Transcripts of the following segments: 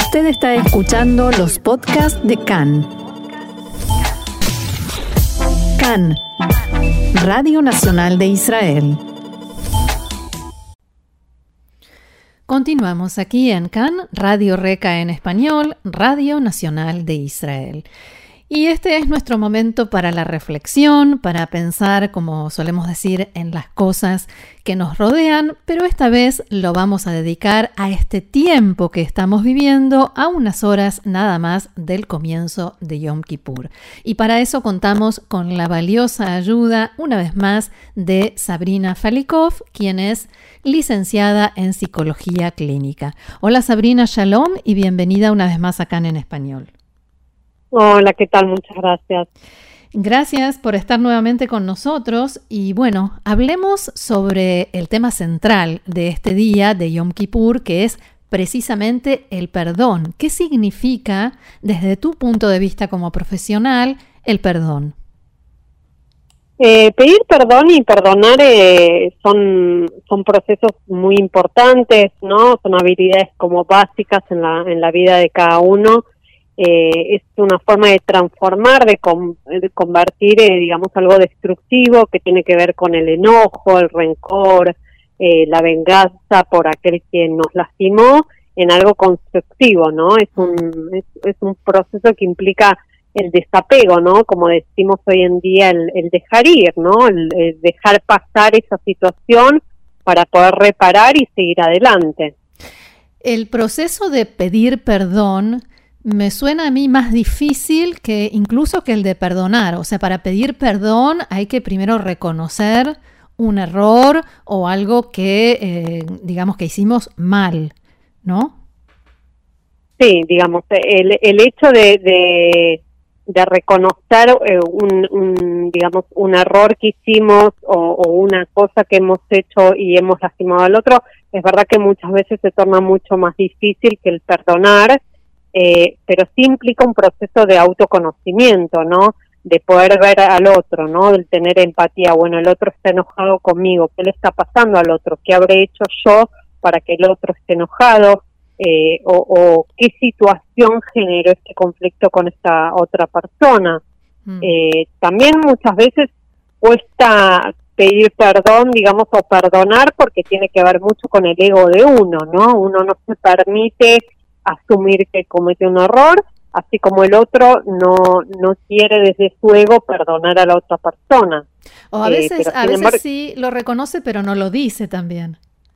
Usted está escuchando los podcasts de CAN. CAN, Radio Nacional de Israel. Continuamos aquí en CAN, Radio Reca en español, Radio Nacional de Israel. Y este es nuestro momento para la reflexión, para pensar, como solemos decir, en las cosas que nos rodean, pero esta vez lo vamos a dedicar a este tiempo que estamos viviendo, a unas horas nada más del comienzo de Yom Kippur. Y para eso contamos con la valiosa ayuda, una vez más, de Sabrina Falikov, quien es licenciada en Psicología Clínica. Hola Sabrina, shalom y bienvenida una vez más a CAN en español. Hola, ¿qué tal? Muchas gracias. Gracias por estar nuevamente con nosotros y bueno, hablemos sobre el tema central de este día de Yom Kippur, que es precisamente el perdón. ¿Qué significa, desde tu punto de vista como profesional, el perdón? Pedir perdón y perdonar son procesos muy importantes, ¿no? Son habilidades como básicas en la vida de cada uno. Es una forma de transformar, de convertir, digamos, algo destructivo que tiene que ver con el enojo, el rencor, la venganza por aquel que nos lastimó, en algo constructivo, ¿no? Es un proceso que implica el desapego, ¿no? Como decimos hoy en día, el dejar ir, ¿no? El dejar pasar esa situación para poder reparar y seguir adelante. El proceso de pedir perdón me suena a mí más difícil que incluso que el de perdonar. O sea, para pedir perdón hay que primero reconocer un error o algo que, digamos, que hicimos mal, ¿no? Sí, digamos, el hecho de reconocer un error que hicimos o una cosa que hemos hecho y hemos lastimado al otro, es verdad que muchas veces se torna mucho más difícil que el perdonar. Pero sí implica un proceso de autoconocimiento, ¿no? De poder ver al otro, ¿no? Del tener empatía. Bueno, el otro está enojado conmigo. ¿Qué le está pasando al otro? ¿Qué habré hecho yo para que el otro esté enojado? O qué situación generó este conflicto con esta otra persona. También muchas veces cuesta pedir perdón, digamos, o perdonar, porque tiene que ver mucho con el ego de uno, ¿no? Uno no se permite asumir que comete un error, así como el otro no quiere desde su ego perdonar a la otra persona. O a veces sí lo reconoce, pero no lo dice también.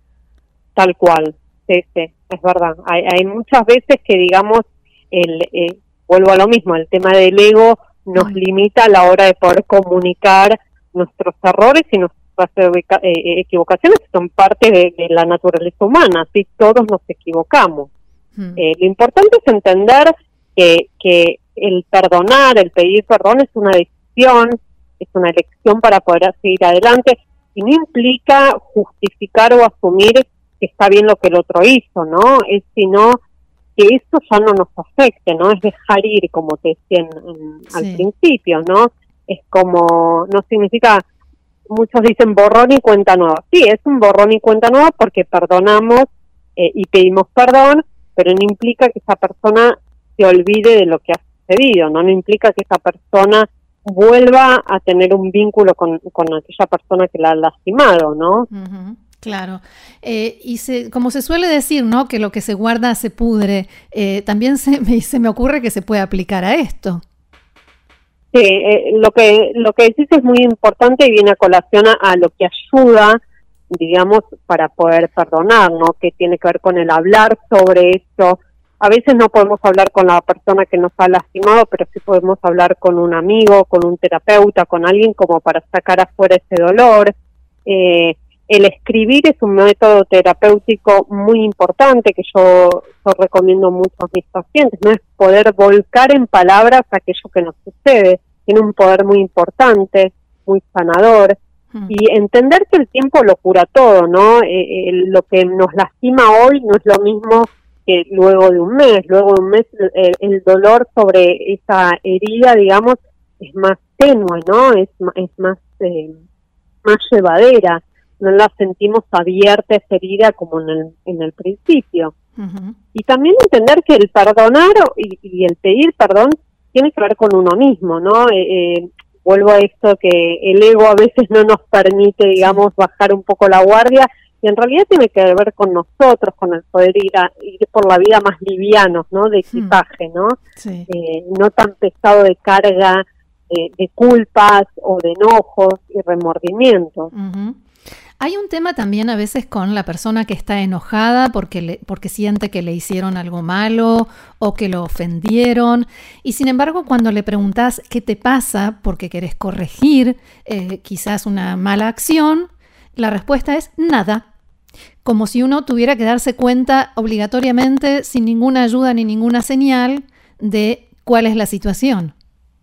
Tal cual, sí, es verdad. Hay muchas veces que, digamos, vuelvo a lo mismo, el tema del ego nos limita a la hora de poder comunicar nuestros errores y nuestras equivocaciones, que son parte de la naturaleza humana, ¿sí? Todos nos equivocamos. Lo importante es entender que el perdonar, el pedir perdón es una decisión, es una elección para poder seguir adelante y no implica justificar o asumir que está bien lo que el otro hizo, ¿no? Es sino que eso ya no nos afecte, ¿no? Es dejar ir, como te decía al principio, ¿no? Es como, no significa, muchos dicen borrón y cuenta nueva. Sí, es un borrón y cuenta nueva porque perdonamos y pedimos perdón, pero no implica que esa persona se olvide de lo que ha sucedido, ¿no? No implica que esa persona vuelva a tener un vínculo con aquella persona que la ha lastimado, ¿no? Uh-huh, claro. Y como se suele decir, ¿no? Que lo que se guarda se pudre. También se me ocurre que se puede aplicar a esto. Sí, lo que decís es muy importante y viene a colación a lo que ayuda, digamos, para poder perdonar, ¿no? Que tiene que ver con el hablar sobre esto. A veces no podemos hablar con la persona que nos ha lastimado, pero sí podemos hablar con un amigo, con un terapeuta, con alguien como para sacar afuera ese dolor. El escribir es un método terapéutico muy importante que yo recomiendo mucho a mis pacientes, ¿no? Es poder volcar en palabras aquello que nos sucede. Tiene un poder muy importante, muy sanador. Y entender que el tiempo lo cura todo, ¿no? Lo que nos lastima hoy no es lo mismo que luego de un mes. Luego de un mes el dolor sobre esa herida, digamos, es más tenue, ¿no? Es más llevadera. No la sentimos abierta esa herida como en el principio. Ujú. Y también entender que el perdonar y el pedir perdón tiene que ver con uno mismo, ¿no? Vuelvo a esto que el ego a veces no nos permite, digamos, bajar un poco la guardia, y en realidad tiene que ver con nosotros, con el poder ir por la vida más livianos, ¿no? De equipaje, ¿no? Sí. No tan pesado de carga, de culpas o de enojos y remordimientos. Ujú. Hay un tema también a veces con la persona que está enojada porque siente que le hicieron algo malo o que lo ofendieron, y sin embargo cuando le preguntas qué te pasa porque querés corregir quizás una mala acción, la respuesta es nada, como si uno tuviera que darse cuenta obligatoriamente sin ninguna ayuda ni ninguna señal de cuál es la situación.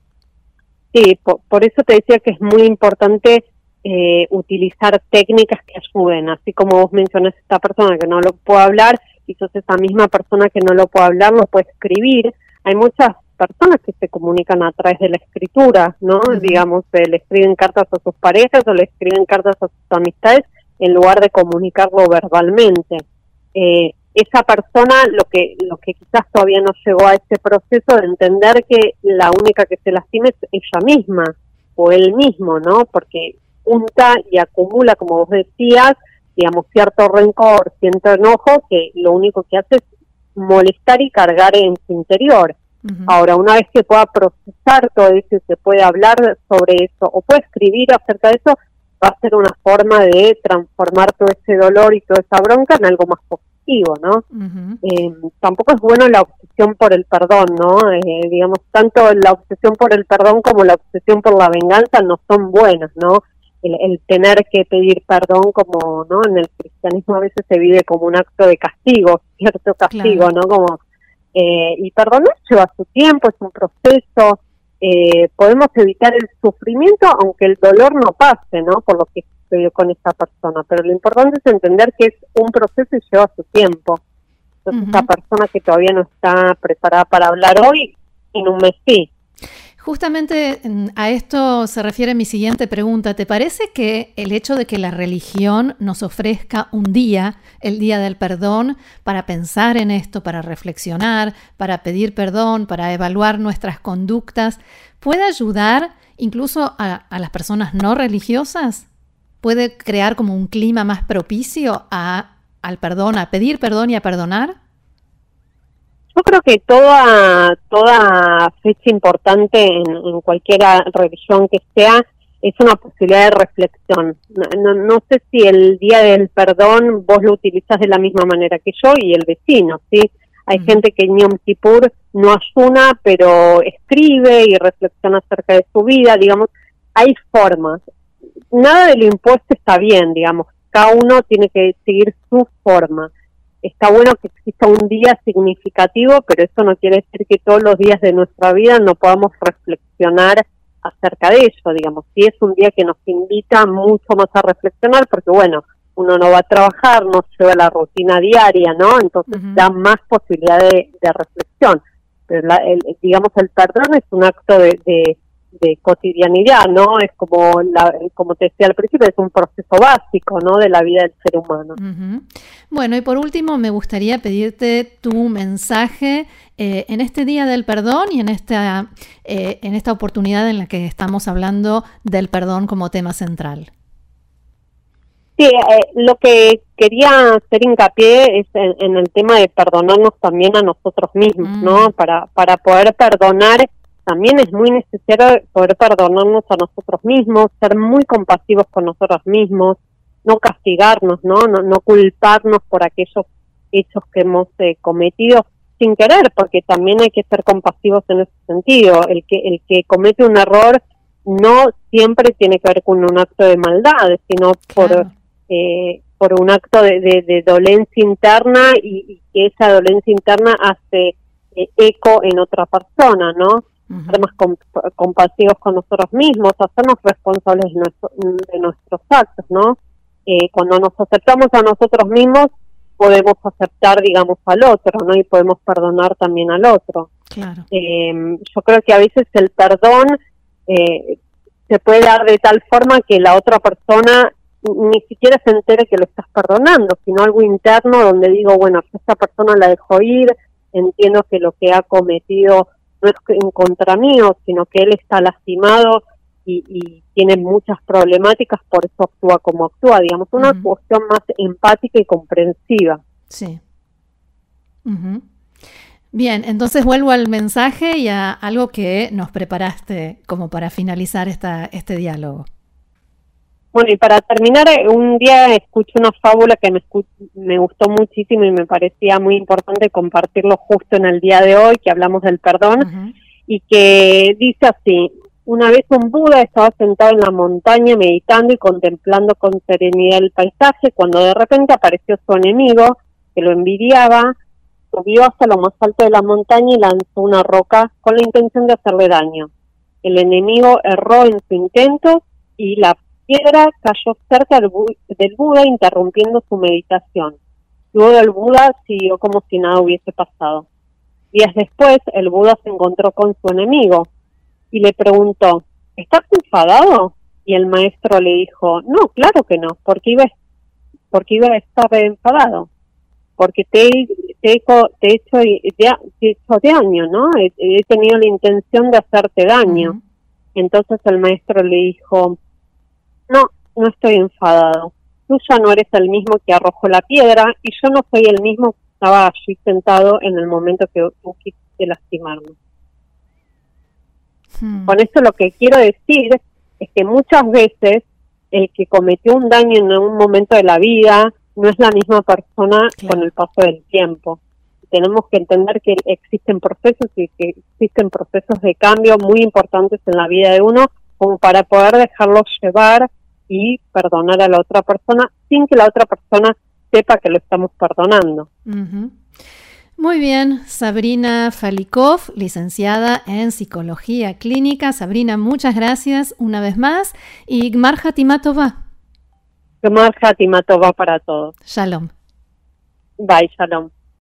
Sí, por eso te decía que es muy importante utilizar técnicas que ayuden, así como vos mencionás esta persona que no lo puede hablar, quizás esa misma persona que no lo puede hablar lo puede escribir. Hay muchas personas que se comunican a través de la escritura, ¿no? Uh-huh. Digamos, le escriben cartas a sus parejas o le escriben cartas a sus amistades en lugar de comunicarlo verbalmente. Esa persona lo que quizás todavía no llegó a ese proceso de entender que la única que se lastima es ella misma o él mismo, ¿no? Porque junta y acumula, como vos decías, digamos, cierto rencor, cierto enojo, que lo único que hace es molestar y cargar en su interior. Uh-huh. Ahora, una vez que pueda procesar todo eso y se puede hablar sobre eso o puede escribir acerca de eso, va a ser una forma de transformar todo ese dolor y toda esa bronca en algo más positivo, ¿no? Uh-huh. Tampoco es bueno la obsesión por el perdón, ¿no? Digamos, tanto la obsesión por el perdón como la obsesión por la venganza no son buenas, ¿no? El tener que pedir perdón, como, ¿no? En el cristianismo a veces se vive como un acto de castigo, cierto castigo, claro, ¿no? Como y perdonar lleva su tiempo, es un proceso. Podemos evitar el sufrimiento aunque el dolor no pase, ¿no? Por lo que sucedió con esta persona, pero lo importante es entender que es un proceso y lleva su tiempo. Entonces, uh-huh, esta persona que todavía no está preparada para hablar hoy, en un mes sí. Justamente a esto se refiere mi siguiente pregunta. ¿Te parece que el hecho de que la religión nos ofrezca un día, el Día del Perdón, para pensar en esto, para reflexionar, para pedir perdón, para evaluar nuestras conductas, puede ayudar incluso a las personas no religiosas? ¿Puede crear como un clima más propicio al perdón, a pedir perdón y a perdonar? Yo creo que toda fecha importante en cualquier religión que sea es una posibilidad de reflexión. No sé si el Día del Perdón vos lo utilizás de la misma manera que yo y el vecino, ¿sí? Hay gente que en Yom Kippur no ayuna, pero escribe y reflexiona acerca de su vida, digamos. Hay formas. Nada de lo impuesto está bien, digamos. Cada uno tiene que seguir su forma. Está bueno que exista un día significativo, pero eso no quiere decir que todos los días de nuestra vida no podamos reflexionar acerca de ello, digamos. Si es un día que nos invita mucho más a reflexionar, porque bueno, uno no va a trabajar, no lleva la rutina diaria, ¿no? Entonces uh-huh, da más posibilidad de reflexión. Pero digamos, el perdón es un acto de cotidianidad, ¿no? Es como te decía al principio, es un proceso básico, ¿no? De la vida del ser humano. Uh-huh. Bueno, y por último me gustaría pedirte tu mensaje en este Día del Perdón y en esta oportunidad en la que estamos hablando del perdón como tema central. Sí, lo que quería hacer hincapié es en el tema de perdonarnos también a nosotros mismos, ¿no? Para poder perdonar también es muy necesario poder perdonarnos a nosotros mismos, ser muy compasivos con nosotros mismos, no castigarnos, no culparnos por aquellos hechos que hemos cometido sin querer, porque también hay que ser compasivos en ese sentido. El que comete un error no siempre tiene que ver con un acto de maldad, sino claro, por un acto de dolencia interna y que esa dolencia interna hace eco en otra persona, ¿no? Uh-huh. Ser más compasivos con nosotros mismos, hacernos responsables de nuestros actos, ¿no? Cuando nos aceptamos a nosotros mismos, podemos aceptar, digamos, al otro, ¿no? Y podemos perdonar también al otro. Claro. Yo creo que a veces el perdón se puede dar de tal forma que la otra persona ni siquiera se entere que lo estás perdonando, sino algo interno donde digo, bueno, esta persona la dejo ir, entiendo que lo que ha cometido no es en contra mío, sino que él está lastimado y tiene muchas problemáticas, por eso actúa como actúa, digamos, una cuestión más empática y comprensiva. Sí. Bien, entonces vuelvo al mensaje y a algo que nos preparaste como para finalizar este diálogo. Bueno, y para terminar, un día escuché una fábula que me gustó muchísimo y me parecía muy importante compartirlo justo en el día de hoy, que hablamos del perdón, y que dice así: una vez un Buda estaba sentado en la montaña meditando y contemplando con serenidad el paisaje, cuando de repente apareció su enemigo, que lo envidiaba, subió hasta lo más alto de la montaña y lanzó una roca con la intención de hacerle daño. El enemigo erró en su intento y la piedra cayó cerca del Buda, interrumpiendo su meditación. Luego el Buda siguió como si nada hubiese pasado. Días después, el Buda se encontró con su enemigo y le preguntó: ¿estás enfadado? Y el maestro le dijo: no, claro que no, porque iba a estar enfadado, porque te he hecho daño, ¿no? He tenido la intención de hacerte daño. Entonces el maestro le dijo: no estoy enfadado. Tú ya no eres el mismo que arrojó la piedra y yo no soy el mismo que estaba allí sentado en el momento que tú quisiste lastimarme. Con esto lo que quiero decir es que muchas veces el que cometió un daño en un momento de la vida no es la misma persona con el paso del tiempo. Tenemos que entender que existen procesos y que existen procesos de cambio muy importantes en la vida de uno, como para poder dejarlos llevar y perdonar a la otra persona sin que la otra persona sepa que lo estamos perdonando. Muy bien, Sabrina Falikov, licenciada en Psicología Clínica. Sabrina, muchas gracias una vez más y Gmar Hatima Tova. Gmar Hatima Tova para todos. Shalom. Bye, shalom.